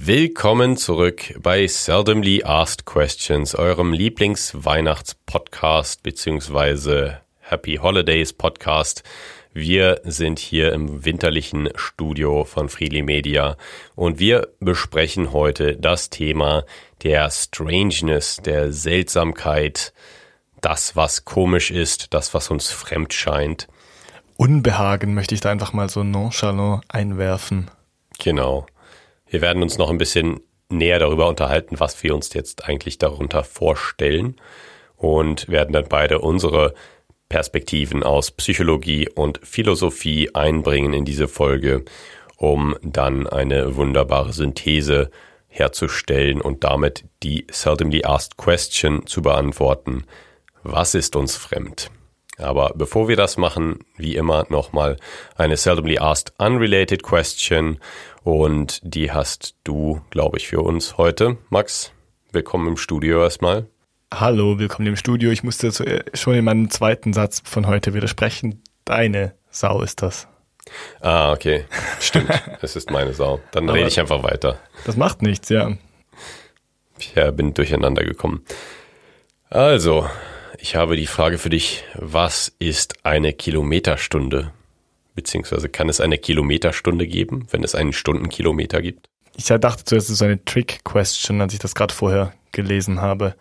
Willkommen zurück bei Seldomly Asked Questions, eurem Lieblings-Weihnachts-Podcast bzw. Happy Holidays Podcast. Wir sind hier im winterlichen Studio von Freely Media und wir besprechen heute das Thema der Strangeness, der Seltsamkeit, das, was komisch ist, das, was uns fremd scheint. Unbehagen möchte ich da einfach mal so nonchalant einwerfen. Genau. Wir werden uns noch ein bisschen näher darüber unterhalten, was wir uns jetzt eigentlich darunter vorstellen und werden dann beide unsere Perspektiven aus Psychologie und Philosophie einbringen in diese Folge, um dann eine wunderbare Synthese herzustellen und damit die Seldomly Asked Question zu beantworten. Was ist uns fremd? Aber bevor wir das machen, wie immer nochmal eine Seldomly Asked Unrelated Question und die hast du, glaube ich, für uns heute. Max, willkommen im Studio erstmal. Hallo, willkommen im Studio. Ich musste schon in meinem zweiten Satz von heute widersprechen. Deine Sau ist das. Ah, okay. Stimmt, es ist meine Sau. Dann rede ich einfach weiter. Das macht nichts, ja. Ich bin durcheinander gekommen. Also, ich habe die Frage für dich, was ist eine Kilometerstunde? Beziehungsweise kann es eine Kilometerstunde geben, wenn es einen Stundenkilometer gibt? Ich dachte zuerst, es ist eine Trick-Question, als ich das gerade vorher gelesen habe.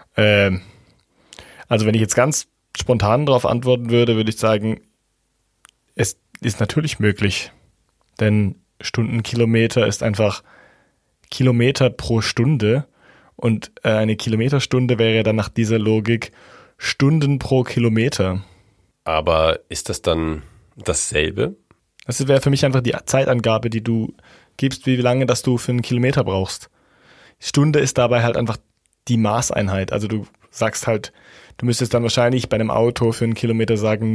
Also wenn ich jetzt ganz spontan darauf antworten würde, würde ich sagen, es ist natürlich möglich. Denn Stundenkilometer ist einfach Kilometer pro Stunde. Und eine Kilometerstunde wäre dann nach dieser Logik Stunden pro Kilometer. Aber ist das dann dasselbe? Das wäre für mich einfach die Zeitangabe, die du gibst, wie lange das du für einen Kilometer brauchst. Stunde ist dabei halt einfach die Maßeinheit. Also du sagst halt, du müsstest dann wahrscheinlich bei einem Auto für einen Kilometer sagen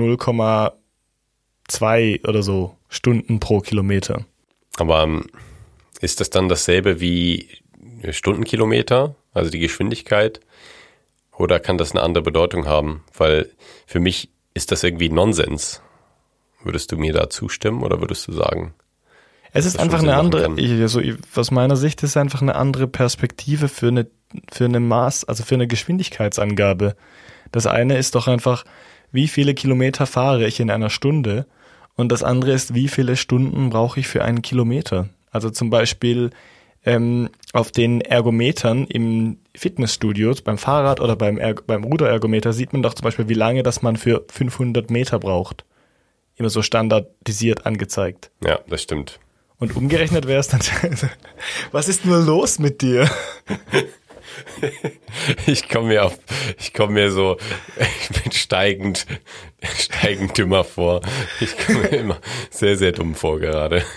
0,2 oder so Stunden pro Kilometer. Aber ist das dann dasselbe wie Stundenkilometer, also die Geschwindigkeit? Oder kann das eine andere Bedeutung haben? Weil für mich ist das irgendwie Nonsens. Würdest du mir da zustimmen oder würdest du sagen? Es ist einfach eine andere, aus meiner Sicht ist es einfach eine andere Perspektive für eine Maß, also für eine Geschwindigkeitsangabe. Das eine ist doch einfach, wie viele Kilometer fahre ich in einer Stunde? Und das andere ist, wie viele Stunden brauche ich für einen Kilometer? Also zum Beispiel auf den Ergometern im Fitnessstudios, beim Fahrrad oder beim Ruderergometer sieht man doch zum Beispiel, wie lange das man für 500 Meter braucht. Immer so standardisiert angezeigt. Ja, das stimmt. Und umgerechnet wäre es dann, was ist nur los mit dir? Ich bin steigend dümmer vor. Ich komme mir immer sehr, sehr dumm vor gerade.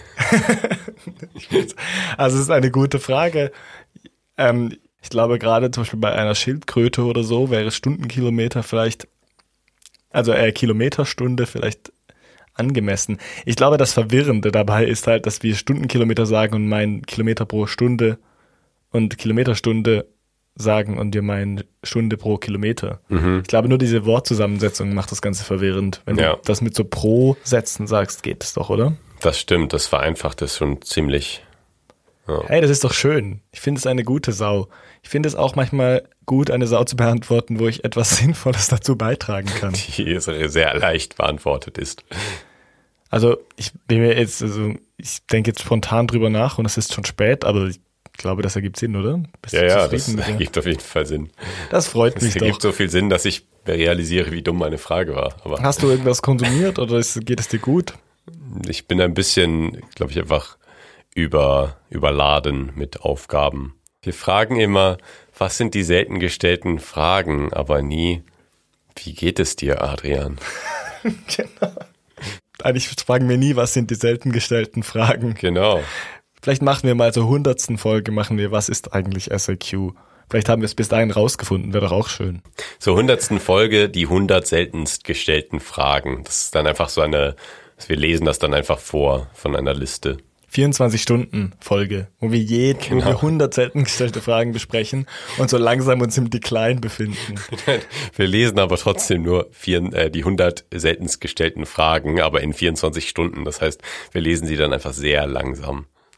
Also es ist eine gute Frage. Ich glaube gerade zum Beispiel bei einer Schildkröte oder so wäre Stundenkilometer vielleicht, also Kilometerstunde vielleicht angemessen. Ich glaube, das Verwirrende dabei ist halt, dass wir Stundenkilometer sagen und meinen Kilometer pro Stunde und Kilometerstunde sagen und wir meinen Stunde pro Kilometer. Mhm. Ich glaube, nur diese Wortzusammensetzung macht das Ganze verwirrend. Wenn du das mit so Pro-Sätzen sagst, geht es doch, oder? Das stimmt, das vereinfacht es schon ziemlich. Ja. Hey, das ist doch schön. Ich finde es eine gute Sau. Ich finde es auch manchmal gut, eine Sau zu beantworten, wo ich etwas Sinnvolles dazu beitragen kann. Die sehr leicht beantwortet ist. Also ich denke jetzt spontan drüber nach und es ist schon spät, aber ich glaube, das ergibt Sinn, oder? Ja, das ergibt auf jeden Fall Sinn. Das freut mich doch. Es ergibt so viel Sinn, dass ich realisiere, wie dumm meine Frage war. Aber hast du irgendwas konsumiert oder geht es dir gut? Ich bin ein bisschen, glaube ich, einfach überladen mit Aufgaben. Wir fragen immer, was sind die selten gestellten Fragen, aber nie, wie geht es dir, Adrian? Genau. Eigentlich fragen wir nie, was sind die selten gestellten Fragen. Genau. Vielleicht machen wir mal zur 100. Folge, was ist eigentlich SAQ? Vielleicht haben wir es bis dahin rausgefunden, wäre doch auch schön. Zur 100. Folge die 100 seltenst gestellten Fragen. Das ist dann einfach wir lesen das dann einfach vor von einer Liste. 24-Stunden-Folge, wo wir 100 selten gestellte Fragen besprechen und so langsam uns im Decline befinden. Wir lesen aber trotzdem nur die 100 seltenst gestellten Fragen, aber in 24 Stunden. Das heißt, wir lesen sie dann einfach sehr langsam.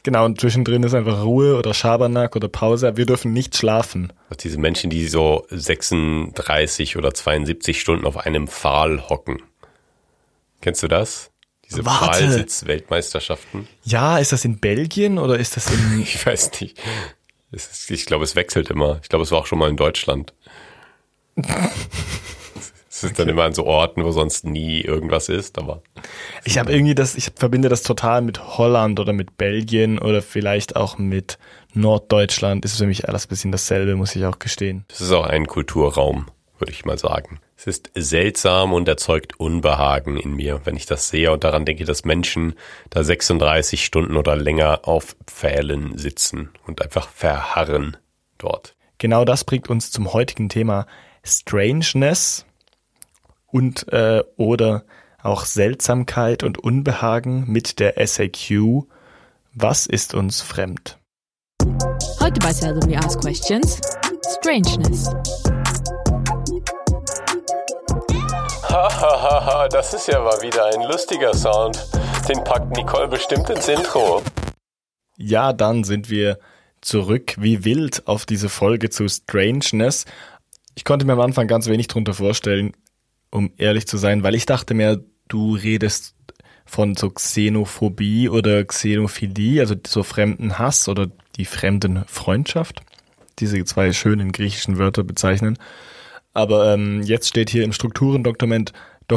Genau, und zwischendrin ist einfach Ruhe oder Schabernack oder Pause. Wir dürfen nicht schlafen. Diese Menschen, die so 36 oder 72 Stunden auf einem Pfahl hocken. Kennst du das? Diese Pfahlsitz-Weltmeisterschaften? Ja, ist das in Belgien oder ist das in... Ich weiß nicht. Ich glaube, es wechselt immer. Ich glaube, es war auch schon mal in Deutschland. Es ist dann immer an so Orten, wo sonst nie irgendwas ist, aber... Ich verbinde das total mit Holland oder mit Belgien oder vielleicht auch mit Norddeutschland. Ist für mich alles ein bisschen dasselbe, muss ich auch gestehen. Das ist auch ein Kulturraum, würde ich mal sagen. Es ist seltsam und erzeugt Unbehagen in mir, wenn ich das sehe und daran denke, dass Menschen da 36 Stunden oder länger auf Pfählen sitzen und einfach verharren dort. Genau das bringt uns zum heutigen Thema Strangeness und oder auch Seltsamkeit und Unbehagen mit der SAQ. Was ist uns fremd? Heute bei Seldom We Ask Questions, Strangeness. Hahaha, das ist ja mal wieder ein lustiger Sound. Den packt Nicole bestimmt ins Intro. Ja, dann sind wir zurück wie wild auf diese Folge zu Strangeness. Ich konnte mir am Anfang ganz wenig drunter vorstellen, um ehrlich zu sein, weil ich dachte mir, du redest von so Xenophobie oder Xenophilie, also so Fremdenhass oder die Fremdenfreundschaft. Diese zwei schönen griechischen Wörter bezeichnen. Aber jetzt steht hier im Strukturendokument,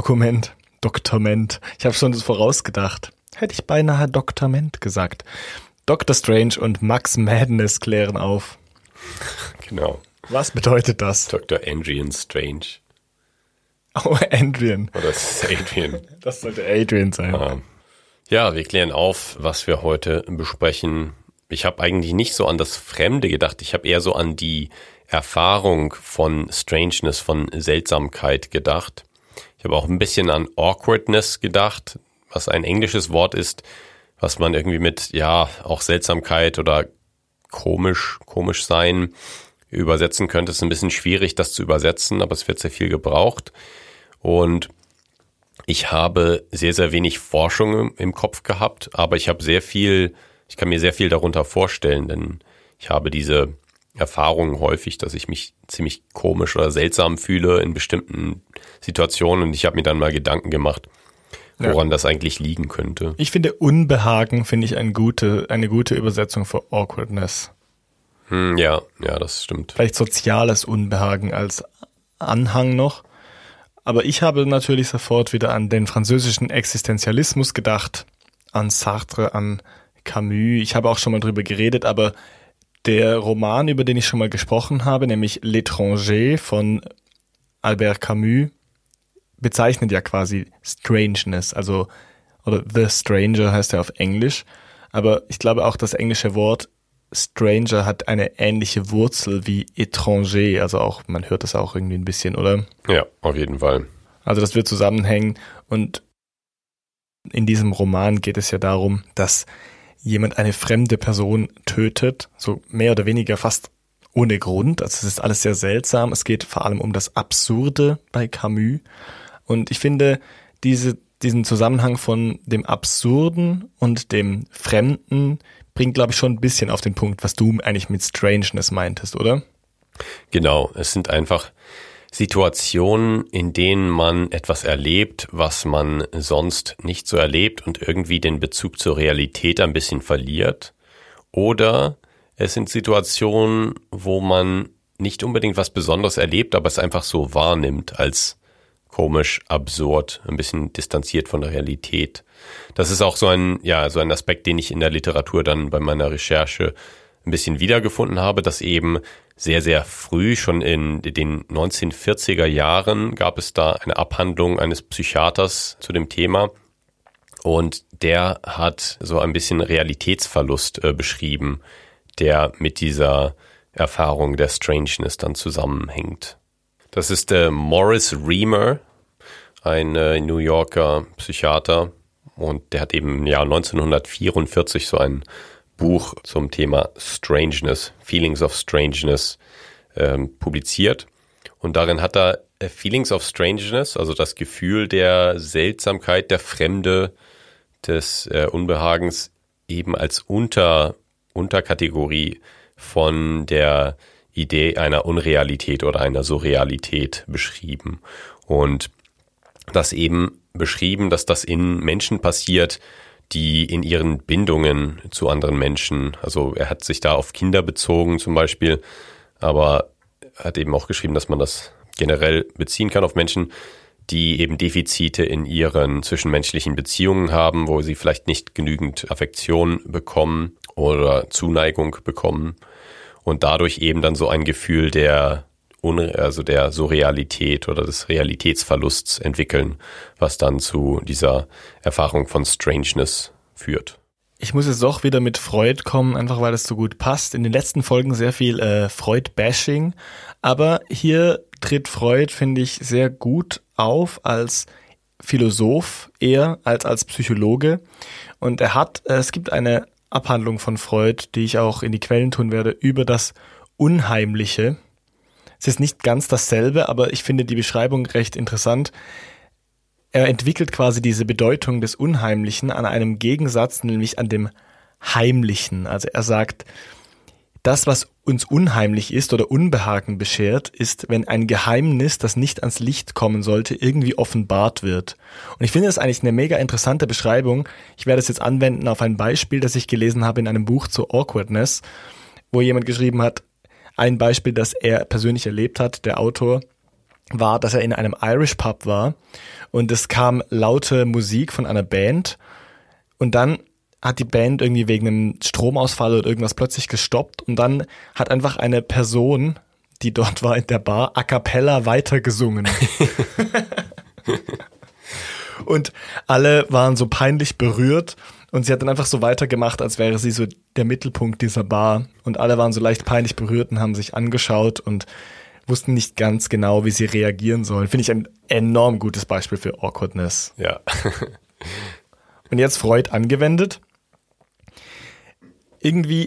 ich habe schon das vorausgedacht. Hätte ich beinahe Doktorment gesagt. Dr. Strange und Max Madness klären auf. Genau. Was bedeutet das? Dr. Adrian Strange. Oh, Adrian. Oder ist es Adrian? Das sollte Adrian sein. Ja, wir klären auf, was wir heute besprechen. Ich habe eigentlich nicht so an das Fremde gedacht. Ich habe eher so an die Erfahrung von Strangeness, von Seltsamkeit gedacht. Ich habe auch ein bisschen an Awkwardness gedacht, was ein englisches Wort ist, was man irgendwie mit, ja, auch Seltsamkeit oder komisch sein übersetzen könnte. Es ist ein bisschen schwierig, das zu übersetzen, aber es wird sehr viel gebraucht. Und ich habe sehr, sehr wenig Forschung im Kopf gehabt, aber ich kann mir sehr viel darunter vorstellen, denn ich habe diese Erfahrungen häufig, dass ich mich ziemlich komisch oder seltsam fühle in bestimmten Situationen und ich habe mir dann mal Gedanken gemacht, woran das eigentlich liegen könnte. Ich finde Unbehagen, eine gute Übersetzung für Awkwardness. Ja, das stimmt. Vielleicht soziales Unbehagen als Anhang noch. Aber ich habe natürlich sofort wieder an den französischen Existenzialismus gedacht, an Sartre, an Camus. Ich habe auch schon mal drüber geredet, aber der Roman, über den ich schon mal gesprochen habe, nämlich L'Étranger von Albert Camus, bezeichnet ja quasi Strangeness, oder The Stranger heißt er auf Englisch. Aber ich glaube auch, das englische Wort Stranger hat eine ähnliche Wurzel wie Étranger, also auch, man hört das auch irgendwie ein bisschen, oder? Ja, auf jeden Fall. Also das wird zusammenhängen und in diesem Roman geht es ja darum, dass jemand eine fremde Person tötet, so mehr oder weniger fast ohne Grund. Also es ist alles sehr seltsam. Es geht vor allem um das Absurde bei Camus. Und ich finde, diesen Zusammenhang von dem Absurden und dem Fremden bringt, glaube ich, schon ein bisschen auf den Punkt, was du eigentlich mit Strangeness meintest, oder? Genau, es sind einfach Situationen, in denen man etwas erlebt, was man sonst nicht so erlebt und irgendwie den Bezug zur Realität ein bisschen verliert. Oder es sind Situationen, wo man nicht unbedingt was Besonderes erlebt, aber es einfach so wahrnimmt als komisch, absurd, ein bisschen distanziert von der Realität. Das ist auch so ein Aspekt, den ich in der Literatur dann bei meiner Recherche ein bisschen wiedergefunden habe, dass eben sehr, sehr früh, schon in den 1940er Jahren, gab es da eine Abhandlung eines Psychiaters zu dem Thema und der hat so ein bisschen Realitätsverlust beschrieben, der mit dieser Erfahrung der Strangeness dann zusammenhängt. Das ist Morris Reamer, ein New Yorker Psychiater, und der hat eben im Jahr 1944 so ein Buch zum Thema Strangeness, Feelings of Strangeness, publiziert. Und darin hat er Feelings of Strangeness, also das Gefühl der Seltsamkeit, der Fremde, des Unbehagens, eben als Unterkategorie von der Idee einer Unrealität oder einer Surrealität beschrieben. Und das eben beschrieben, dass das in Menschen passiert, die in ihren Bindungen zu anderen Menschen, also er hat sich da auf Kinder bezogen zum Beispiel, aber hat eben auch geschrieben, dass man das generell beziehen kann auf Menschen, die eben Defizite in ihren zwischenmenschlichen Beziehungen haben, wo sie vielleicht nicht genügend Affektion bekommen oder Zuneigung bekommen und dadurch eben dann so ein Gefühl der Surrealität oder des Realitätsverlusts entwickeln, was dann zu dieser Erfahrung von Strangeness führt. Ich muss jetzt doch wieder mit Freud kommen, einfach weil es so gut passt. In den letzten Folgen sehr viel Freud-Bashing, aber hier tritt Freud, finde ich, sehr gut auf als Philosoph eher als Psychologe. Und es gibt eine Abhandlung von Freud, die ich auch in die Quellen tun werde, über das Unheimliche. Es ist nicht ganz dasselbe, aber ich finde die Beschreibung recht interessant. Er entwickelt quasi diese Bedeutung des Unheimlichen an einem Gegensatz, nämlich an dem Heimlichen. Also er sagt, das, was uns unheimlich ist oder Unbehagen beschert, ist, wenn ein Geheimnis, das nicht ans Licht kommen sollte, irgendwie offenbart wird. Und ich finde das eigentlich eine mega interessante Beschreibung. Ich werde es jetzt anwenden auf ein Beispiel, das ich gelesen habe in einem Buch zur Awkwardness, wo jemand geschrieben hat, ein Beispiel, das er persönlich erlebt hat, der Autor, war, dass er in einem Irish Pub war und es kam laute Musik von einer Band und dann hat die Band irgendwie wegen einem Stromausfall oder irgendwas plötzlich gestoppt und dann hat einfach eine Person, die dort war in der Bar, a cappella weitergesungen. Und alle waren so peinlich berührt und sie hat dann einfach so weitergemacht, als wäre sie so der Mittelpunkt dieser Bar und alle waren so leicht peinlich berührt und haben sich angeschaut und wussten nicht ganz genau, wie sie reagieren sollen. Finde ich ein enorm gutes Beispiel für Awkwardness. Ja. Und jetzt Freud angewendet. Irgendwie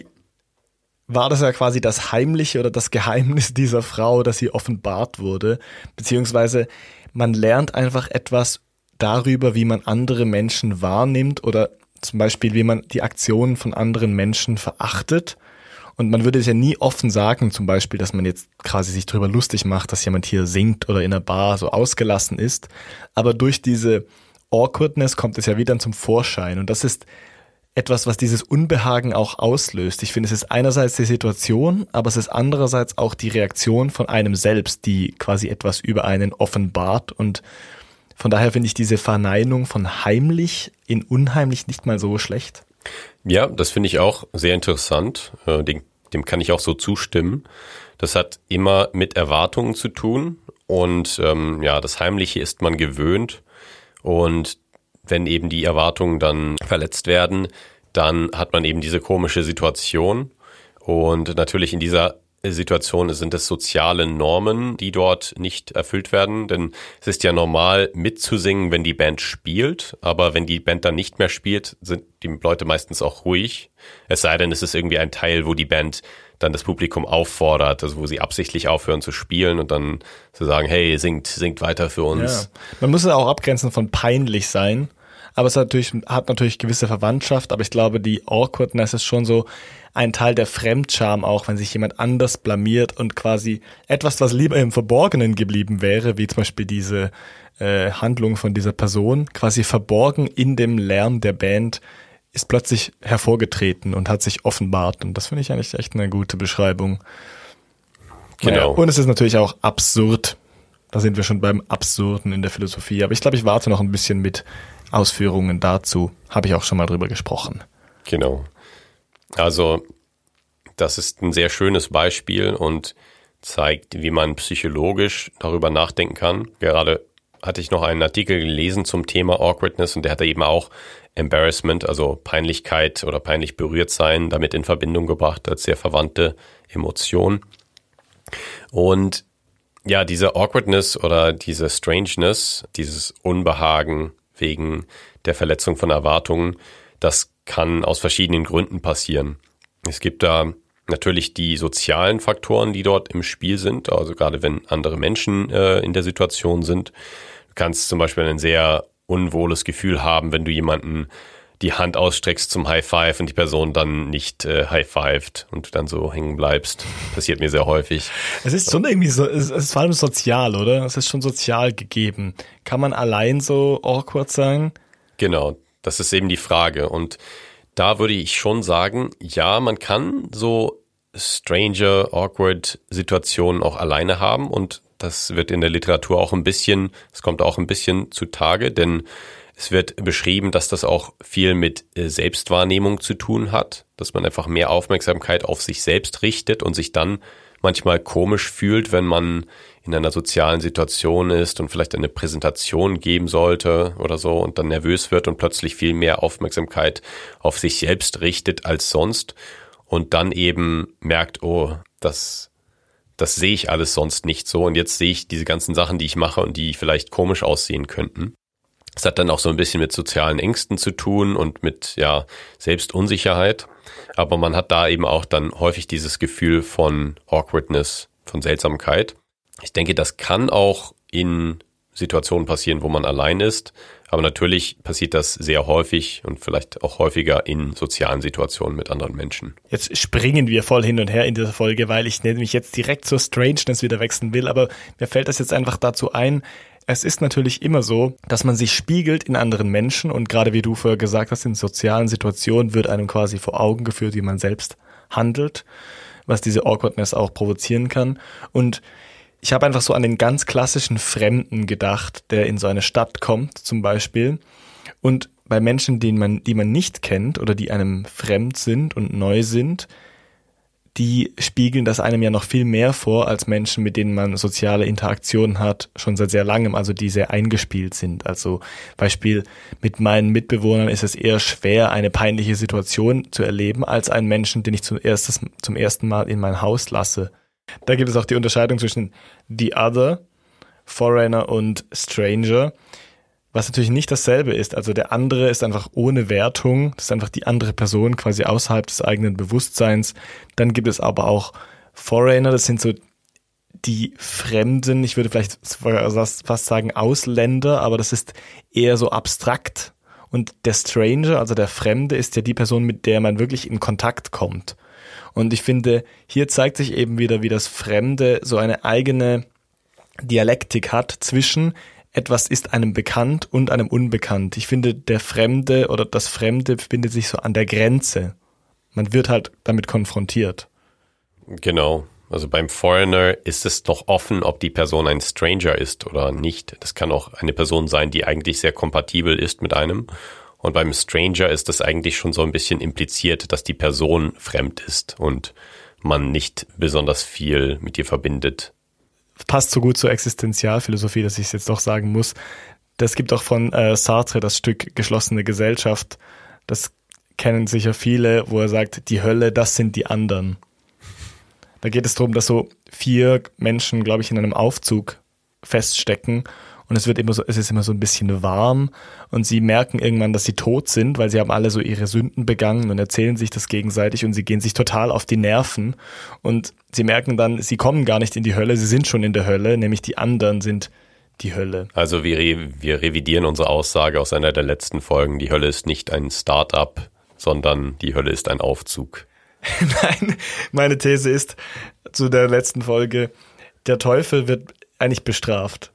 war das ja quasi das Heimliche oder das Geheimnis dieser Frau, dass sie offenbart wurde. Beziehungsweise man lernt einfach etwas darüber, wie man andere Menschen wahrnimmt oder zum Beispiel, wie man die Aktionen von anderen Menschen verachtet. Und man würde es ja nie offen sagen, zum Beispiel, dass man jetzt quasi sich darüber lustig macht, dass jemand hier singt oder in einer Bar so ausgelassen ist. Aber durch diese Awkwardness kommt es ja wieder zum Vorschein. Und das ist etwas, was dieses Unbehagen auch auslöst. Ich finde, es ist einerseits die Situation, aber es ist andererseits auch die Reaktion von einem selbst, die quasi etwas über einen offenbart. Und von daher finde ich diese Verneinung von heimlich in unheimlich nicht mal so schlecht. Ja, das finde ich auch sehr interessant. Dem kann ich auch so zustimmen. Das hat immer mit Erwartungen zu tun und das Heimliche ist man gewöhnt und wenn eben die Erwartungen dann verletzt werden, dann hat man eben diese komische Situation und natürlich in dieser Situation sind es soziale Normen, die dort nicht erfüllt werden, denn es ist ja normal mitzusingen, wenn die Band spielt, aber wenn die Band dann nicht mehr spielt, sind die Leute meistens auch ruhig, es sei denn, es ist irgendwie ein Teil, wo die Band dann das Publikum auffordert, also wo sie absichtlich aufhören zu spielen und dann zu sagen, hey, singt weiter für uns. Ja. Man muss es auch abgrenzen von peinlich sein, aber es hat natürlich gewisse Verwandtschaft, aber ich glaube, die Awkwardness ist schon so ein Teil der Fremdscham auch, wenn sich jemand anders blamiert und quasi etwas, was lieber im Verborgenen geblieben wäre, wie zum Beispiel diese Handlung von dieser Person, quasi verborgen in dem Lärm der Band, ist plötzlich hervorgetreten und hat sich offenbart. Und das finde ich eigentlich echt eine gute Beschreibung. Genau. Naja, und es ist natürlich auch absurd. Da sind wir schon beim Absurden in der Philosophie. Aber ich glaube, ich warte noch ein bisschen mit Ausführungen dazu. Habe ich auch schon mal drüber gesprochen. Genau. Also das ist ein sehr schönes Beispiel und zeigt, wie man psychologisch darüber nachdenken kann. Gerade hatte ich noch einen Artikel gelesen zum Thema Awkwardness und der hatte eben auch Embarrassment, also Peinlichkeit oder peinlich berührt sein, damit in Verbindung gebracht als sehr verwandte Emotion. Und ja, diese Awkwardness oder diese Strangeness, dieses Unbehagen wegen der Verletzung von Erwartungen, das kann aus verschiedenen Gründen passieren. Es gibt da natürlich die sozialen Faktoren, die dort im Spiel sind, also gerade wenn andere Menschen in der Situation sind. Du kannst zum Beispiel ein sehr unwohles Gefühl haben, wenn du jemanden die Hand ausstreckst zum High Five und die Person dann nicht high-fived und du dann so hängen bleibst. Passiert mir sehr häufig. Es ist schon irgendwie so, es ist vor allem sozial, oder? Es ist schon sozial gegeben. Kann man allein so awkward sein? Genau, das ist eben die Frage. Und da würde ich schon sagen, ja, man kann so strange, awkward Situationen auch alleine haben und das wird in der Literatur auch es kommt auch ein bisschen zutage, denn es wird beschrieben, dass das auch viel mit Selbstwahrnehmung zu tun hat, dass man einfach mehr Aufmerksamkeit auf sich selbst richtet und sich dann manchmal komisch fühlt, wenn man in einer sozialen Situation ist und vielleicht eine Präsentation geben sollte oder so und dann nervös wird und plötzlich viel mehr Aufmerksamkeit auf sich selbst richtet als sonst und dann eben merkt, oh, das sehe ich alles sonst nicht so und jetzt sehe ich diese ganzen Sachen, die ich mache und die vielleicht komisch aussehen könnten. Es hat dann auch so ein bisschen mit sozialen Ängsten zu tun und mit Selbstunsicherheit. Aber man hat da eben auch dann häufig dieses Gefühl von Awkwardness, von Seltsamkeit. Ich denke, das kann auch in Situationen passieren, wo man allein ist. Aber natürlich passiert das sehr häufig und vielleicht auch häufiger in sozialen Situationen mit anderen Menschen. Jetzt springen wir voll hin und her in dieser Folge, weil ich nämlich jetzt direkt zur Strangeness wieder wechseln will. Aber mir fällt das jetzt einfach dazu ein. Es ist natürlich immer so, dass man sich spiegelt in anderen Menschen und gerade wie du vorher gesagt hast, in sozialen Situationen wird einem quasi vor Augen geführt, wie man selbst handelt, was diese Awkwardness auch provozieren kann. Und ich habe einfach so an den ganz klassischen Fremden gedacht, der in so eine Stadt kommt zum Beispiel und bei Menschen, die man nicht kennt oder die einem fremd sind und neu sind, die spiegeln das einem ja noch viel mehr vor als Menschen, mit denen man soziale Interaktionen hat, schon seit sehr langem, also die sehr eingespielt sind. Also Beispiel, mit meinen Mitbewohnern ist es eher schwer, eine peinliche Situation zu erleben, als einen Menschen, den ich zum ersten Mal in mein Haus lasse. Da gibt es auch die Unterscheidung zwischen The Other, Foreigner und Stranger, was natürlich nicht dasselbe ist. Also der andere ist einfach ohne Wertung, das ist einfach die andere Person quasi außerhalb des eigenen Bewusstseins. Dann gibt es aber auch Foreigner, das sind so die Fremden, ich würde vielleicht fast sagen Ausländer, aber das ist eher so abstrakt. Und der Stranger, also der Fremde, ist ja die Person, mit der man wirklich in Kontakt kommt. Und ich finde, hier zeigt sich eben wieder, wie das Fremde so eine eigene Dialektik hat zwischen etwas ist einem bekannt und einem unbekannt. Ich finde, der Fremde oder das Fremde befindet sich so an der Grenze. Man wird halt damit konfrontiert. Genau. Also beim Foreigner ist es noch offen, ob die Person ein Stranger ist oder nicht. Das kann auch eine Person sein, die eigentlich sehr kompatibel ist mit einem. Und beim Stranger ist das eigentlich schon so ein bisschen impliziert, dass die Person fremd ist und man nicht besonders viel mit ihr verbindet. Passt so gut zur Existenzialphilosophie, dass ich es jetzt doch sagen muss. Das gibt auch von Sartre das Stück Geschlossene Gesellschaft. Das kennen sicher viele, wo er sagt, die Hölle, das sind die anderen. Da geht es darum, dass so 4 Menschen, glaube ich, in einem Aufzug feststecken und es ist immer so ein bisschen warm und sie merken irgendwann, dass sie tot sind, weil sie haben alle so ihre Sünden begangen und erzählen sich das gegenseitig und sie gehen sich total auf die Nerven und sie merken dann, sie kommen gar nicht in die Hölle, sie sind schon in der Hölle, nämlich die anderen sind die Hölle. Also wir revidieren unsere Aussage aus einer der letzten Folgen, die Hölle ist nicht ein Start-up, sondern die Hölle ist ein Aufzug. Nein, meine These ist zu der letzten Folge, der Teufel wird eigentlich bestraft.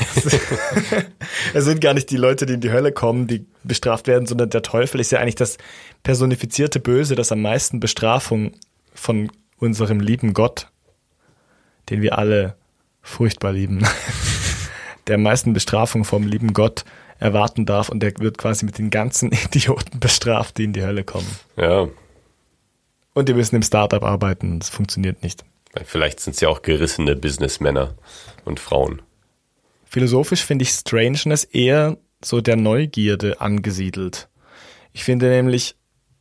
Es sind gar nicht die Leute, die in die Hölle kommen, die bestraft werden, sondern der Teufel ist ja eigentlich das personifizierte Böse, das am meisten Bestrafung von unserem lieben Gott, den wir alle furchtbar lieben, der am meisten Bestrafung vom lieben Gott erwarten darf und der wird quasi mit den ganzen Idioten bestraft, die in die Hölle kommen. Ja. Und die müssen im Startup arbeiten, das funktioniert nicht. Vielleicht sind es ja auch gerissene Businessmänner und Frauen. Philosophisch finde ich Strangeness eher so der Neugierde angesiedelt. Ich finde nämlich,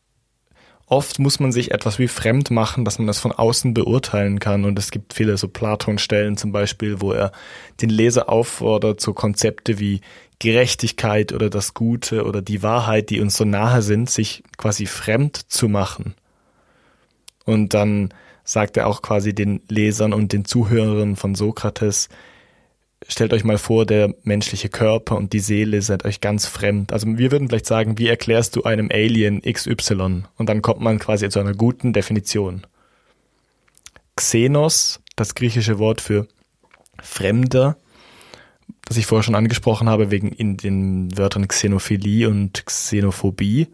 oft muss man sich etwas wie fremd machen, dass man das von außen beurteilen kann. Und es gibt viele so Platon-Stellen zum Beispiel, wo er den Leser auffordert, so Konzepte wie Gerechtigkeit oder das Gute oder die Wahrheit, die uns so nahe sind, sich quasi fremd zu machen. Und dann sagt er auch quasi den Lesern und den Zuhörern von Sokrates, stellt euch mal vor, der menschliche Körper und die Seele sind euch ganz fremd. Also wir würden vielleicht sagen, wie erklärst du einem Alien XY? Und dann kommt man quasi zu einer guten Definition. Xenos, das griechische Wort für Fremder, das ich vorher schon angesprochen habe, wegen in den Wörtern Xenophilie und Xenophobie.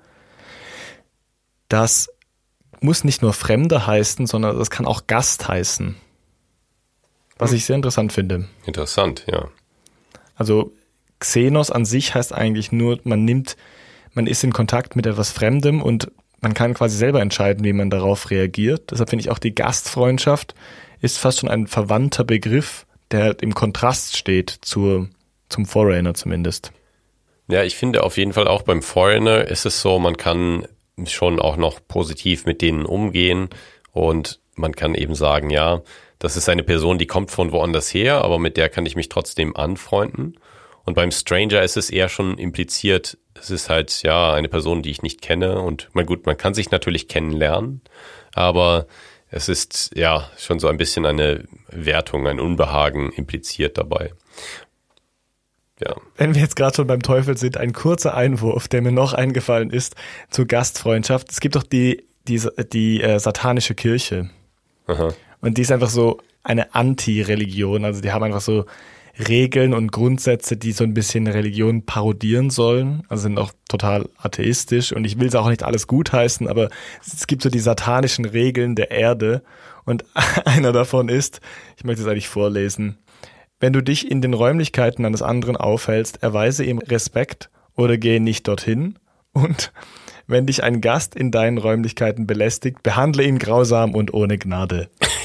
Das muss nicht nur Fremder heißen, sondern das kann auch Gast heißen. Was ich sehr interessant finde. Interessant, ja. Also Xenos an sich heißt eigentlich nur, man ist in Kontakt mit etwas Fremdem und man kann quasi selber entscheiden, wie man darauf reagiert. Deshalb finde ich auch die Gastfreundschaft ist fast schon ein verwandter Begriff, der halt im Kontrast steht zum Foreigner zumindest. Ja, ich finde auf jeden Fall auch beim Foreigner ist es so, man kann schon auch noch positiv mit denen umgehen und man kann eben sagen, ja, das ist eine Person, die kommt von woanders her, aber mit der kann ich mich trotzdem anfreunden. Und beim Stranger ist es eher schon impliziert, es ist halt ja eine Person, die ich nicht kenne und man kann sich natürlich kennenlernen, aber es ist ja schon so ein bisschen eine Wertung, ein Unbehagen impliziert dabei. Ja. Wenn wir jetzt gerade schon beim Teufel sind, ein kurzer Einwurf, der mir noch eingefallen ist zur Gastfreundschaft. Es gibt doch die satanische Kirche. Aha. Und die ist einfach so eine Anti-Religion. Also die haben einfach so Regeln und Grundsätze, die so ein bisschen Religion parodieren sollen. Also sind auch total atheistisch. Und ich will es auch nicht alles gutheißen, aber es gibt so die satanischen Regeln der Erde. Und einer davon ist, ich möchte es eigentlich vorlesen, wenn du dich in den Räumlichkeiten eines anderen aufhältst, erweise ihm Respekt oder gehe nicht dorthin. Und wenn dich ein Gast in deinen Räumlichkeiten belästigt, behandle ihn grausam und ohne Gnade.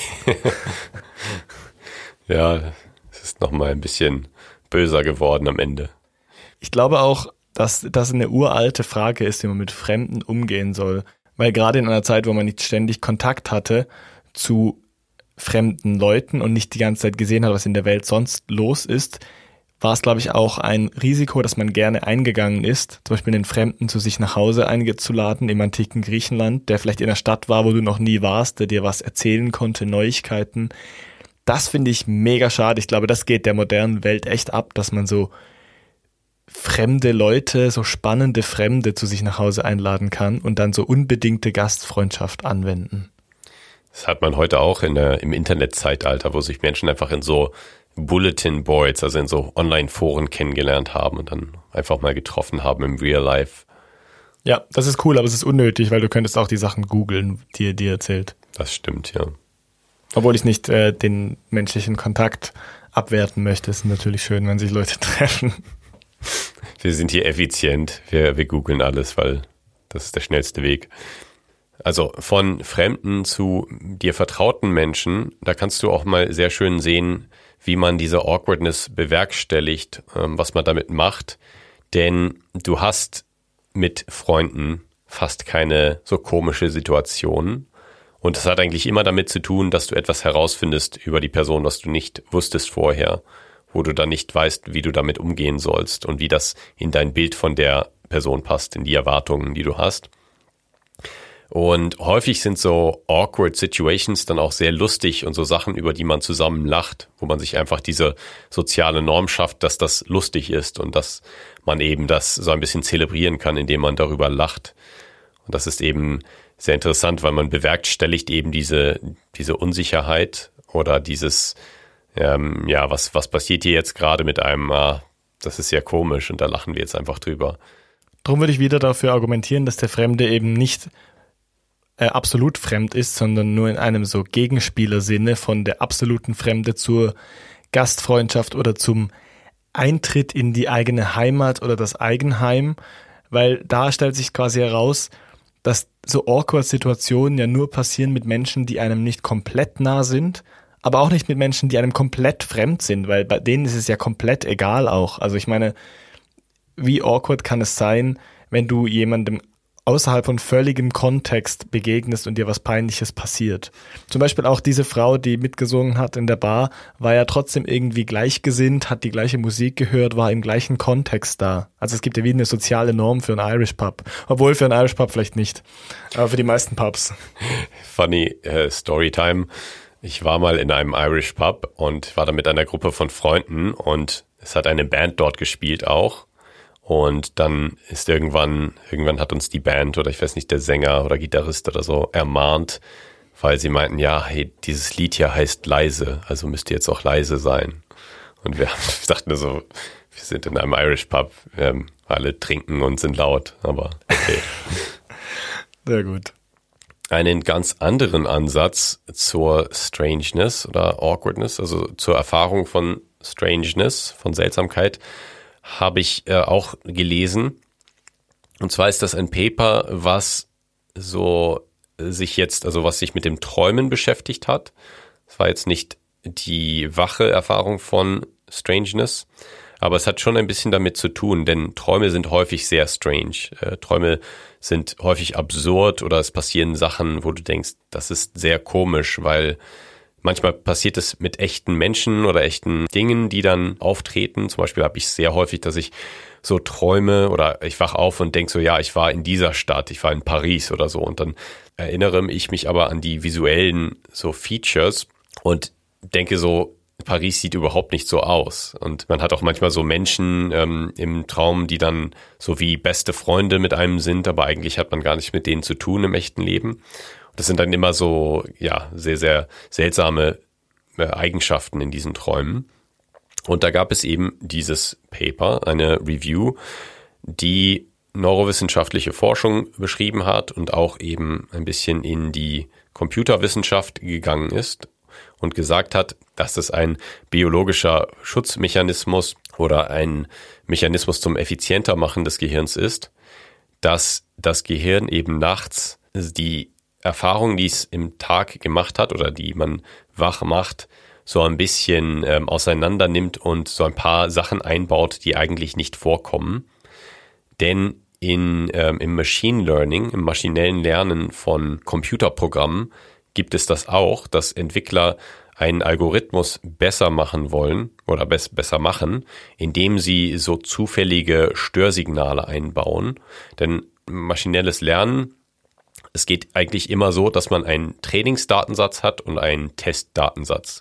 Ja, es ist nochmal ein bisschen böser geworden am Ende. Ich glaube auch, dass das eine uralte Frage ist, wie man mit Fremden umgehen soll. Weil gerade in einer Zeit, wo man nicht ständig Kontakt hatte zu fremden Leuten und nicht die ganze Zeit gesehen hat, was in der Welt sonst los ist, war es, glaube ich, auch ein Risiko, das man gerne eingegangen ist, zum Beispiel den Fremden zu sich nach Hause einzuladen im antiken Griechenland, der vielleicht in einer Stadt war, wo du noch nie warst, der dir was erzählen konnte, Neuigkeiten. Das finde ich mega schade. Ich glaube, das geht der modernen Welt echt ab, dass man so fremde Leute, so spannende Fremde zu sich nach Hause einladen kann und dann so unbedingte Gastfreundschaft anwenden. Das hat man heute auch im Internetzeitalter, wo sich Menschen einfach in so Bulletin Boards, also in so Online-Foren kennengelernt haben und dann einfach mal getroffen haben im Real Life. Ja, das ist cool, aber es ist unnötig, weil du könntest auch die Sachen googeln, die er dir erzählt. Das stimmt, ja. Obwohl ich nicht den menschlichen Kontakt abwerten möchte, ist natürlich schön, wenn sich Leute treffen. Wir sind hier effizient, wir googeln alles, weil das ist der schnellste Weg. Also von fremden zu dir vertrauten Menschen, da kannst du auch mal sehr schön sehen, wie man diese Awkwardness bewerkstelligt, was man damit macht. Denn du hast mit Freunden fast keine so komische Situationen. Und das hat eigentlich immer damit zu tun, dass du etwas herausfindest über die Person, was du nicht wusstest vorher, wo du dann nicht weißt, wie du damit umgehen sollst und wie das in dein Bild von der Person passt, in die Erwartungen, die du hast. Und häufig sind so awkward Situations dann auch sehr lustig und so Sachen, über die man zusammen lacht, wo man sich einfach diese soziale Norm schafft, dass das lustig ist und dass man eben das so ein bisschen zelebrieren kann, indem man darüber lacht. Und das ist eben sehr interessant, weil man bewerkstelligt eben diese Unsicherheit oder dieses, was passiert hier jetzt gerade mit einem, das ist ja komisch und da lachen wir jetzt einfach drüber. Darum würde ich wieder dafür argumentieren, dass der Fremde eben nicht absolut fremd ist, sondern nur in einem so Gegenspielersinne von der absoluten Fremde zur Gastfreundschaft oder zum Eintritt in die eigene Heimat oder das Eigenheim, weil da stellt sich quasi heraus, dass so Awkward-Situationen ja nur passieren mit Menschen, die einem nicht komplett nah sind, aber auch nicht mit Menschen, die einem komplett fremd sind, weil bei denen ist es ja komplett egal auch. Also ich meine, wie awkward kann es sein, wenn du jemandem außerhalb von völligem Kontext begegnest und dir was Peinliches passiert. Zum Beispiel auch diese Frau, die mitgesungen hat in der Bar, war ja trotzdem irgendwie gleichgesinnt, hat die gleiche Musik gehört, war im gleichen Kontext da. Also es gibt ja wie eine soziale Norm für einen Irish Pub. Obwohl für einen Irish Pub vielleicht nicht, aber für die meisten Pubs. Funny Storytime. Ich war mal in einem Irish Pub und war da mit einer Gruppe von Freunden und es hat eine Band dort gespielt auch. Und dann ist irgendwann hat uns die Band oder ich weiß nicht, der Sänger oder Gitarrist oder so ermahnt, weil sie meinten, ja, hey, dieses Lied hier heißt leise, also müsst ihr jetzt auch leise sein. Und wir dachten so, wir sind in einem Irish Pub, alle trinken und sind laut, aber okay. Sehr gut. Einen ganz anderen Ansatz zur Strangeness oder Awkwardness, also zur Erfahrung von Strangeness, von Seltsamkeit, habe ich auch gelesen. Und zwar ist das ein Paper, was sich mit dem Träumen beschäftigt hat. Es war jetzt nicht die wache Erfahrung von Strangeness, aber es hat schon ein bisschen damit zu tun, denn Träume sind häufig sehr strange. Träume sind häufig absurd oder es passieren Sachen, wo du denkst, das ist sehr komisch, weil manchmal passiert es mit echten Menschen oder echten Dingen, die dann auftreten. Zum Beispiel habe ich sehr häufig, dass ich so träume oder ich wach auf und denke so, ja, ich war in dieser Stadt, ich war in Paris oder so. Und dann erinnere ich mich aber an die visuellen so Features und denke so, Paris sieht überhaupt nicht so aus. Und man hat auch manchmal so Menschen im Traum, die dann so wie beste Freunde mit einem sind, aber eigentlich hat man gar nicht mit denen zu tun im echten Leben. Das sind dann immer so, ja, sehr, sehr seltsame Eigenschaften in diesen Träumen. Und da gab es eben dieses Paper, eine Review, die neurowissenschaftliche Forschung beschrieben hat und auch eben ein bisschen in die Computerwissenschaft gegangen ist und gesagt hat, dass es ein biologischer Schutzmechanismus oder ein Mechanismus zum effizienter Machen des Gehirns ist, dass das Gehirn eben nachts die Erfahrungen, die es im Tag gemacht hat oder die man wach macht, so ein bisschen auseinander nimmt und so ein paar Sachen einbaut, die eigentlich nicht vorkommen. Denn im Machine Learning, im maschinellen Lernen von Computerprogrammen gibt es das auch, dass Entwickler einen Algorithmus besser machen wollen oder besser machen, indem sie so zufällige Störsignale einbauen. Denn maschinelles Lernen, es geht eigentlich immer so, dass man einen Trainingsdatensatz hat und einen Testdatensatz.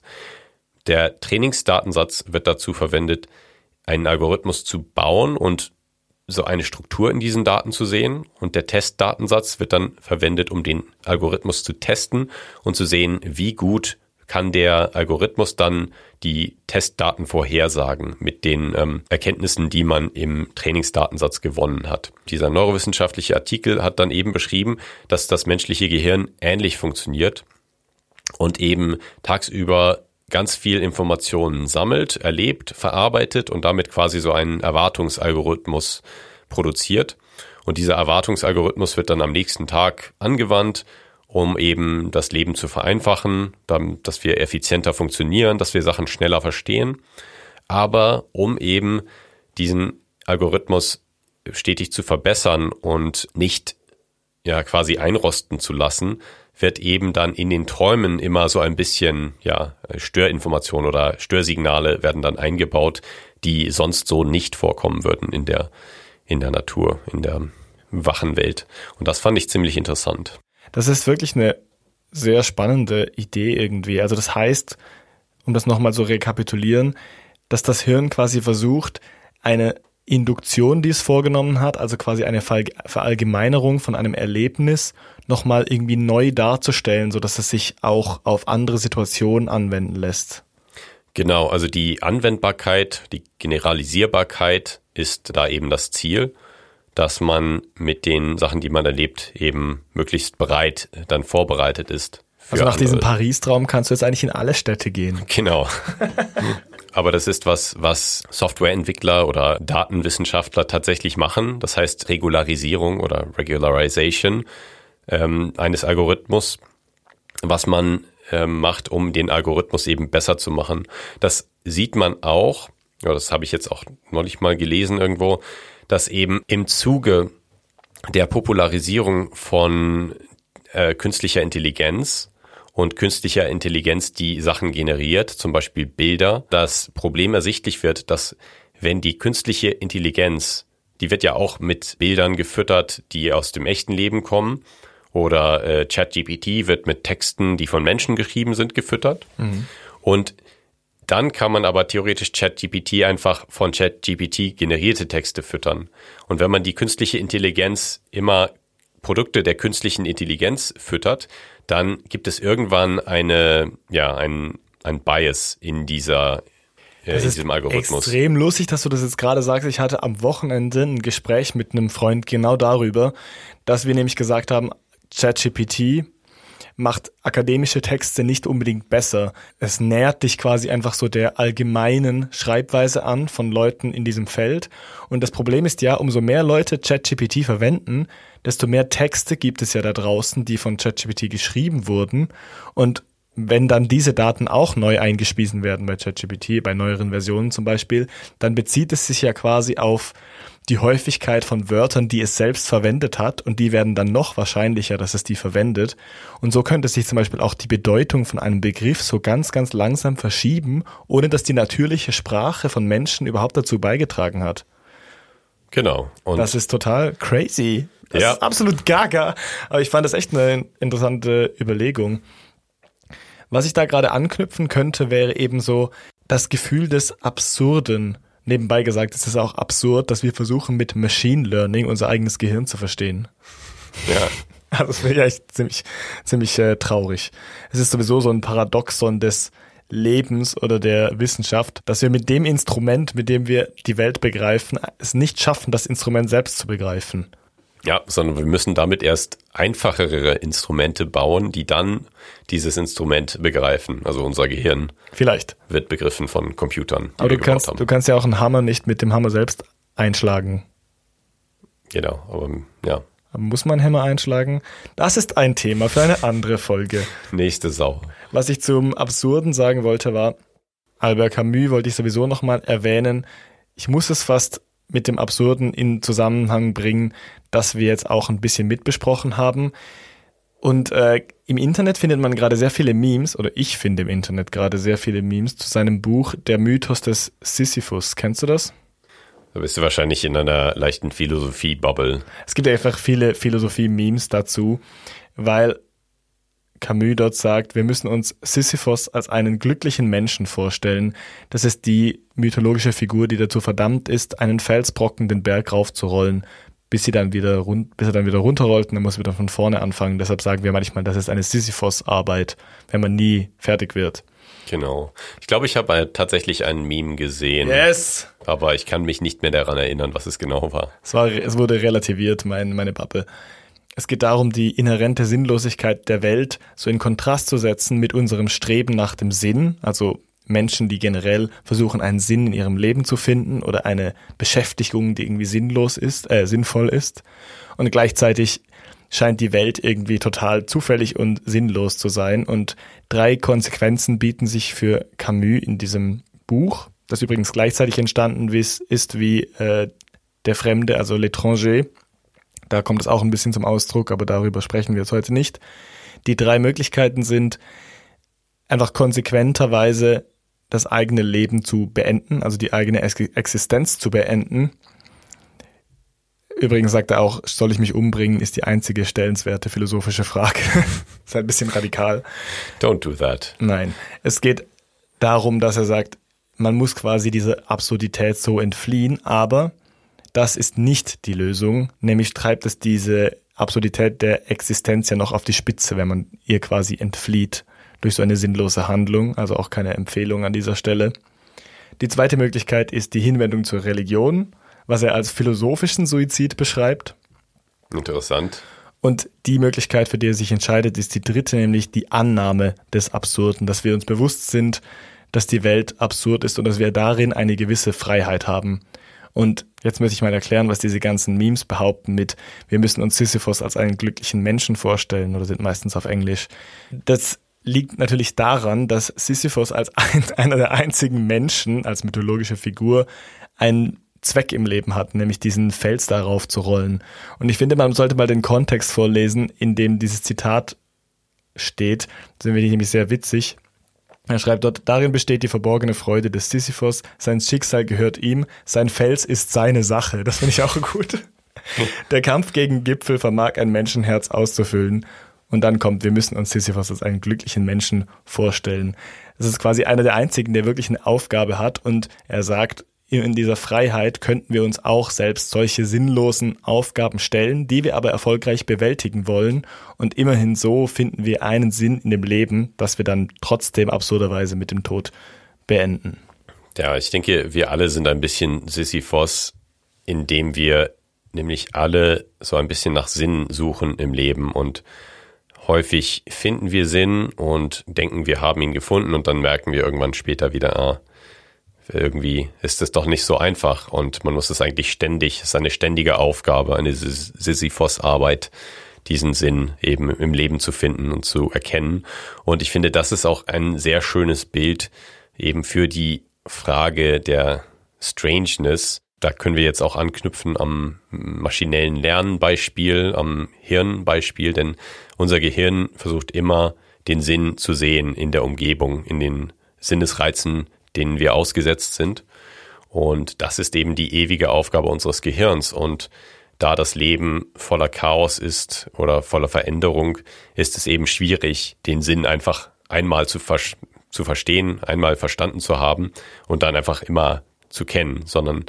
Der Trainingsdatensatz wird dazu verwendet, einen Algorithmus zu bauen und so eine Struktur in diesen Daten zu sehen. Und der Testdatensatz wird dann verwendet, um den Algorithmus zu testen und zu sehen, wie gut kann der Algorithmus dann die Testdaten vorhersagen mit den Erkenntnissen, die man im Trainingsdatensatz gewonnen hat. Dieser neurowissenschaftliche Artikel hat dann eben beschrieben, dass das menschliche Gehirn ähnlich funktioniert und eben tagsüber ganz viel Informationen sammelt, erlebt, verarbeitet und damit quasi so einen Erwartungsalgorithmus produziert. Und dieser Erwartungsalgorithmus wird dann am nächsten Tag angewandt, um eben das Leben zu vereinfachen, dass wir effizienter funktionieren, dass wir Sachen schneller verstehen, aber um eben diesen Algorithmus stetig zu verbessern und nicht ja quasi einrosten zu lassen, wird eben dann in den Träumen immer so ein bisschen Störinformationen oder Störsignale werden dann eingebaut, die sonst so nicht vorkommen würden in der Natur, in der wachen Welt. Und das fand ich ziemlich interessant. Das ist wirklich eine sehr spannende Idee irgendwie. Also das heißt, um das nochmal so rekapitulieren, dass das Hirn quasi versucht, eine Induktion, die es vorgenommen hat, also quasi eine Verallgemeinerung von einem Erlebnis, nochmal irgendwie neu darzustellen, sodass es sich auch auf andere Situationen anwenden lässt. Genau, also die Anwendbarkeit, die Generalisierbarkeit ist da eben das Ziel, dass man mit den Sachen, die man erlebt, eben möglichst breit dann vorbereitet ist. Also nach diesem Paris-Traum kannst du jetzt eigentlich in alle Städte gehen. Genau. Aber das ist was Softwareentwickler oder Datenwissenschaftler tatsächlich machen. Das heißt Regularisierung oder Regularization eines Algorithmus, was man macht, um den Algorithmus eben besser zu machen. Das sieht man auch, das habe ich jetzt auch neulich mal gelesen irgendwo, dass eben im Zuge der Popularisierung von künstlicher Intelligenz und künstlicher Intelligenz, die Sachen generiert, zum Beispiel Bilder, das Problem ersichtlich wird, dass wenn die künstliche Intelligenz, die wird ja auch mit Bildern gefüttert, die aus dem echten Leben kommen Oder ChatGPT wird mit Texten, die von Menschen geschrieben sind, gefüttert. Und dann kann man aber theoretisch ChatGPT einfach von ChatGPT generierte Texte füttern. Und wenn man die künstliche Intelligenz immer Produkte der künstlichen Intelligenz füttert, dann gibt es irgendwann ein Bias in diesem Algorithmus. Es ist extrem lustig, dass du das jetzt gerade sagst. Ich hatte am Wochenende ein Gespräch mit einem Freund genau darüber, dass wir nämlich gesagt haben, ChatGPT macht akademische Texte nicht unbedingt besser. Es nähert dich quasi einfach so der allgemeinen Schreibweise an von Leuten in diesem Feld. Und das Problem ist ja, umso mehr Leute ChatGPT verwenden, desto mehr Texte gibt es ja da draußen, die von ChatGPT geschrieben wurden. Und wenn dann diese Daten auch neu eingespiesen werden bei ChatGPT, bei neueren Versionen zum Beispiel, dann bezieht es sich ja quasi auf die Häufigkeit von Wörtern, die es selbst verwendet hat, und die werden dann noch wahrscheinlicher, dass es die verwendet. Und so könnte sich zum Beispiel auch die Bedeutung von einem Begriff so ganz, ganz langsam verschieben, ohne dass die natürliche Sprache von Menschen überhaupt dazu beigetragen hat. Genau. Und das ist total crazy. Das ist absolut gaga. Aber ich fand das echt eine interessante Überlegung. Was ich da gerade anknüpfen könnte, wäre eben so das Gefühl des Absurden. Nebenbei gesagt, es ist auch absurd, dass wir versuchen, mit Machine Learning unser eigenes Gehirn zu verstehen. Ja. Also das wäre ja echt ziemlich traurig. Es ist sowieso so ein Paradoxon des Lebens oder der Wissenschaft, dass wir mit dem Instrument, mit dem wir die Welt begreifen, es nicht schaffen, das Instrument selbst zu begreifen. Ja, sondern wir müssen damit erst einfachere Instrumente bauen, die dann dieses Instrument begreifen. Also unser Gehirn vielleicht wird begriffen von Computern. Aber du kannst ja auch einen Hammer nicht mit dem Hammer selbst einschlagen. Genau, aber ja. Aber muss man Hämmer einschlagen? Das ist ein Thema für eine andere Folge. Nächste Sau. Was ich zum Absurden sagen wollte war, Albert Camus wollte ich sowieso nochmal erwähnen. Ich muss es fast mit dem Absurden in Zusammenhang bringen, dass wir jetzt auch ein bisschen mitbesprochen haben. Und im Internet findet man gerade sehr viele Memes, oder ich finde im Internet gerade sehr viele Memes zu seinem Buch Der Mythos des Sisyphus. Kennst du das? Da bist du wahrscheinlich in einer leichten Philosophie-Bubble. Es gibt einfach viele Philosophie-Memes dazu, weil Camus dort sagt, wir müssen uns Sisyphos als einen glücklichen Menschen vorstellen. Das ist die mythologische Figur, die dazu verdammt ist, einen Felsbrocken den Berg raufzurollen, bis er dann wieder runterrollt, und dann muss er wieder von vorne anfangen. Deshalb sagen wir manchmal, das ist eine Sisyphos-Arbeit, wenn man nie fertig wird. Genau. Ich glaube, ich habe tatsächlich einen Meme gesehen. Yes! Aber ich kann mich nicht mehr daran erinnern, was es genau war. Es wurde relativiert, meine Pappe. Es geht darum, die inhärente Sinnlosigkeit der Welt so in Kontrast zu setzen mit unserem Streben nach dem Sinn, also Menschen, die generell versuchen, einen Sinn in ihrem Leben zu finden oder eine Beschäftigung, die irgendwie sinnvoll ist. Und gleichzeitig scheint die Welt irgendwie total zufällig und sinnlos zu sein. Und 3 Konsequenzen bieten sich für Camus in diesem Buch, das übrigens gleichzeitig entstanden ist wie Der Fremde, also L'étranger. Da kommt es auch ein bisschen zum Ausdruck, aber darüber sprechen wir jetzt heute nicht. Die 3 Möglichkeiten sind, einfach konsequenterweise das eigene Leben zu beenden, also die eigene Existenz zu beenden. Übrigens sagt er auch, soll ich mich umbringen, ist die einzige stellenswerte philosophische Frage. Ist ein bisschen radikal. Don't do that. Nein, es geht darum, dass er sagt, man muss quasi diese Absurdität so entfliehen, aber das ist nicht die Lösung, nämlich treibt es diese Absurdität der Existenz ja noch auf die Spitze, wenn man ihr quasi entflieht durch so eine sinnlose Handlung, also auch keine Empfehlung an dieser Stelle. Die zweite Möglichkeit ist die Hinwendung zur Religion, was er als philosophischen Suizid beschreibt. Interessant. Und die Möglichkeit, für die er sich entscheidet, ist die dritte, nämlich die Annahme des Absurden, dass wir uns bewusst sind, dass die Welt absurd ist und dass wir darin eine gewisse Freiheit haben. Und jetzt möchte ich mal erklären, was diese ganzen Memes behaupten mit, wir müssen uns Sisyphos als einen glücklichen Menschen vorstellen, oder sind meistens auf Englisch. Das liegt natürlich daran, dass Sisyphos als einer der einzigen Menschen, als mythologische Figur, einen Zweck im Leben hat, nämlich diesen Fels darauf zu rollen. Und ich finde, man sollte mal den Kontext vorlesen, in dem dieses Zitat steht. Das finde ich nämlich sehr witzig. Er schreibt dort, darin besteht die verborgene Freude des Sisyphos, sein Schicksal gehört ihm, sein Fels ist seine Sache. Das finde ich auch gut. Der Kampf gegen Gipfel vermag ein Menschenherz auszufüllen. Und dann kommt, wir müssen uns Sisyphos als einen glücklichen Menschen vorstellen. Das ist quasi einer der einzigen, der wirklich eine Aufgabe hat. Und er sagt, in dieser Freiheit könnten wir uns auch selbst solche sinnlosen Aufgaben stellen, die wir aber erfolgreich bewältigen wollen. Und immerhin so finden wir einen Sinn in dem Leben, dass wir dann trotzdem absurderweise mit dem Tod beenden. Ja, ich denke, wir alle sind ein bisschen Sisyphos, indem wir nämlich alle so ein bisschen nach Sinn suchen im Leben. Und häufig finden wir Sinn und denken, wir haben ihn gefunden, und dann merken wir irgendwann später wieder, irgendwie ist es doch nicht so einfach, und man muss es eigentlich ständig, es ist eine ständige Aufgabe, eine Sisyphos-Arbeit, diesen Sinn eben im Leben zu finden und zu erkennen. Und ich finde, das ist auch ein sehr schönes Bild eben für die Frage der Strangeness. Da können wir jetzt auch anknüpfen am maschinellen Lernbeispiel, am Hirnbeispiel, denn unser Gehirn versucht immer, den Sinn zu sehen in der Umgebung, in den Sinnesreizen, denen wir ausgesetzt sind. Und das ist eben die ewige Aufgabe unseres Gehirns. Und da das Leben voller Chaos ist oder voller Veränderung, ist es eben schwierig, den Sinn einfach einmal zu verstehen, einmal verstanden zu haben und dann einfach immer zu kennen, sondern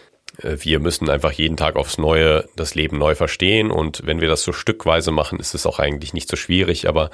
wir müssen einfach jeden Tag aufs Neue das Leben neu verstehen. Und wenn wir das so stückweise machen, ist es auch eigentlich nicht so schwierig, aber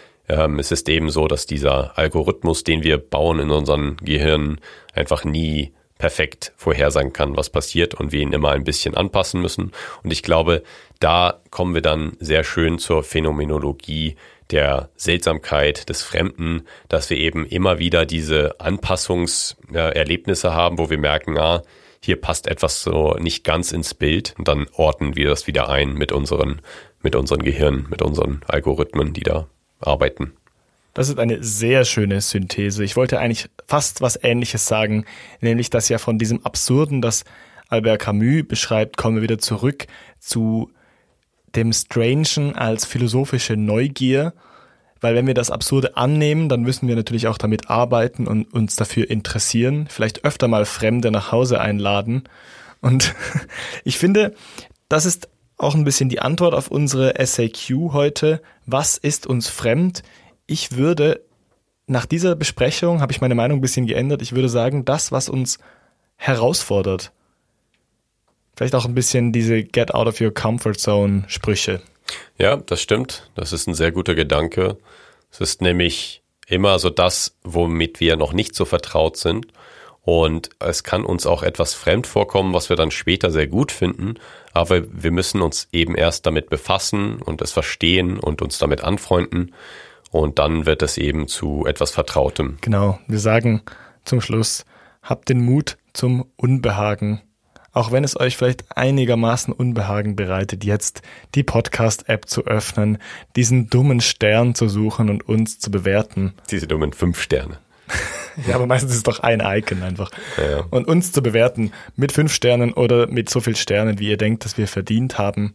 es ist eben so, dass dieser Algorithmus, den wir bauen in unseren Gehirnen, einfach nie perfekt vorhersagen kann, was passiert, und wir ihn immer ein bisschen anpassen müssen. Und ich glaube, da kommen wir dann sehr schön zur Phänomenologie der Seltsamkeit, des Fremden, dass wir eben immer wieder diese Anpassungserlebnisse haben, wo wir merken, hier passt etwas so nicht ganz ins Bild, und dann ordnen wir das wieder ein mit unseren Gehirnen, mit unseren Algorithmen, die da arbeiten. Das ist eine sehr schöne Synthese. Ich wollte eigentlich fast was Ähnliches sagen, nämlich, dass ja von diesem Absurden, das Albert Camus beschreibt, kommen wir wieder zurück zu dem Strangen als philosophische Neugier, weil wenn wir das Absurde annehmen, dann müssen wir natürlich auch damit arbeiten und uns dafür interessieren, vielleicht öfter mal Fremde nach Hause einladen. Und ich finde, das ist auch ein bisschen die Antwort auf unsere SAQ heute. Was ist uns fremd? Ich würde, nach dieser Besprechung habe ich meine Meinung ein bisschen geändert. Ich würde sagen, das, was uns herausfordert. Vielleicht auch ein bisschen diese Get out of your comfort zone Sprüche. Ja, das stimmt. Das ist ein sehr guter Gedanke. Es ist nämlich immer so das, womit wir noch nicht so vertraut sind. Und es kann uns auch etwas fremd vorkommen, was wir dann später sehr gut finden. Aber wir müssen uns eben erst damit befassen und es verstehen und uns damit anfreunden. Und dann wird es eben zu etwas Vertrautem. Genau, wir sagen zum Schluss, habt den Mut zum Unbehagen. Auch wenn es euch vielleicht einigermaßen Unbehagen bereitet, jetzt die Podcast-App zu öffnen, diesen dummen Stern zu suchen und uns zu bewerten. Diese dummen 5 Sterne. Ja, aber meistens ist es doch ein Icon einfach. Ja. Und uns zu bewerten mit 5 Sternen oder mit so viel Sternen, wie ihr denkt, dass wir verdient haben.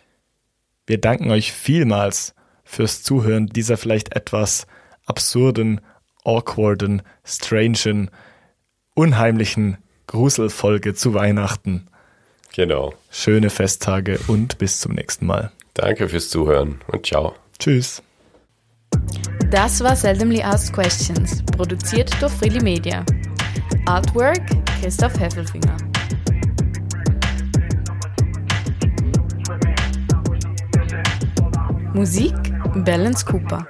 Wir danken euch vielmals fürs Zuhören dieser vielleicht etwas absurden, awkwarden, strangen, unheimlichen Gruselfolge zu Weihnachten. Genau. Schöne Festtage und bis zum nächsten Mal. Danke fürs Zuhören und ciao. Tschüss. Das war Seldomly Asked Questions, produziert durch Freely Media. Artwork Christoph Heffelfinger. Musik Balance Cooper.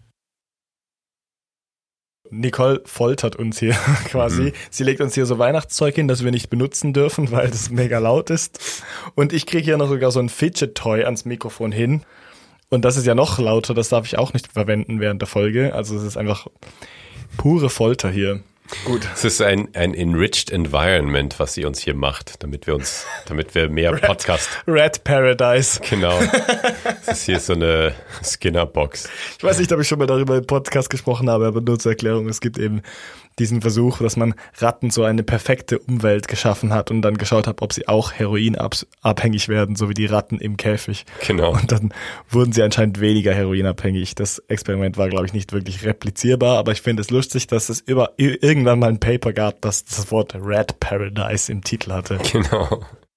Nicole foltert uns hier quasi. Sie legt uns hier so Weihnachtszeug hin, das wir nicht benutzen dürfen, weil das mega laut ist. Und ich kriege hier noch sogar so ein Fidget-Toy ans Mikrofon hin. Und das ist ja noch lauter, das darf ich auch nicht verwenden während der Folge. Also es ist einfach pure Folter hier. Gut. Es ist ein enriched environment, was sie uns hier macht, damit wir mehr Podcast. Red Paradise. Genau. Das ist hier so eine Skinner-Box. Ich weiß nicht, ob ich schon mal darüber im Podcast gesprochen habe, aber nur zur Erklärung, es gibt eben diesen Versuch, dass man Ratten so eine perfekte Umwelt geschaffen hat und dann geschaut hat, ob sie auch heroinabhängig werden, so wie die Ratten im Käfig. Genau. Und dann wurden sie anscheinend weniger heroinabhängig. Das Experiment war, glaube ich, nicht wirklich replizierbar, aber ich finde es lustig, dass es irgendwann mal ein Paper gab, das das Wort Red Paradise im Titel hatte. Genau.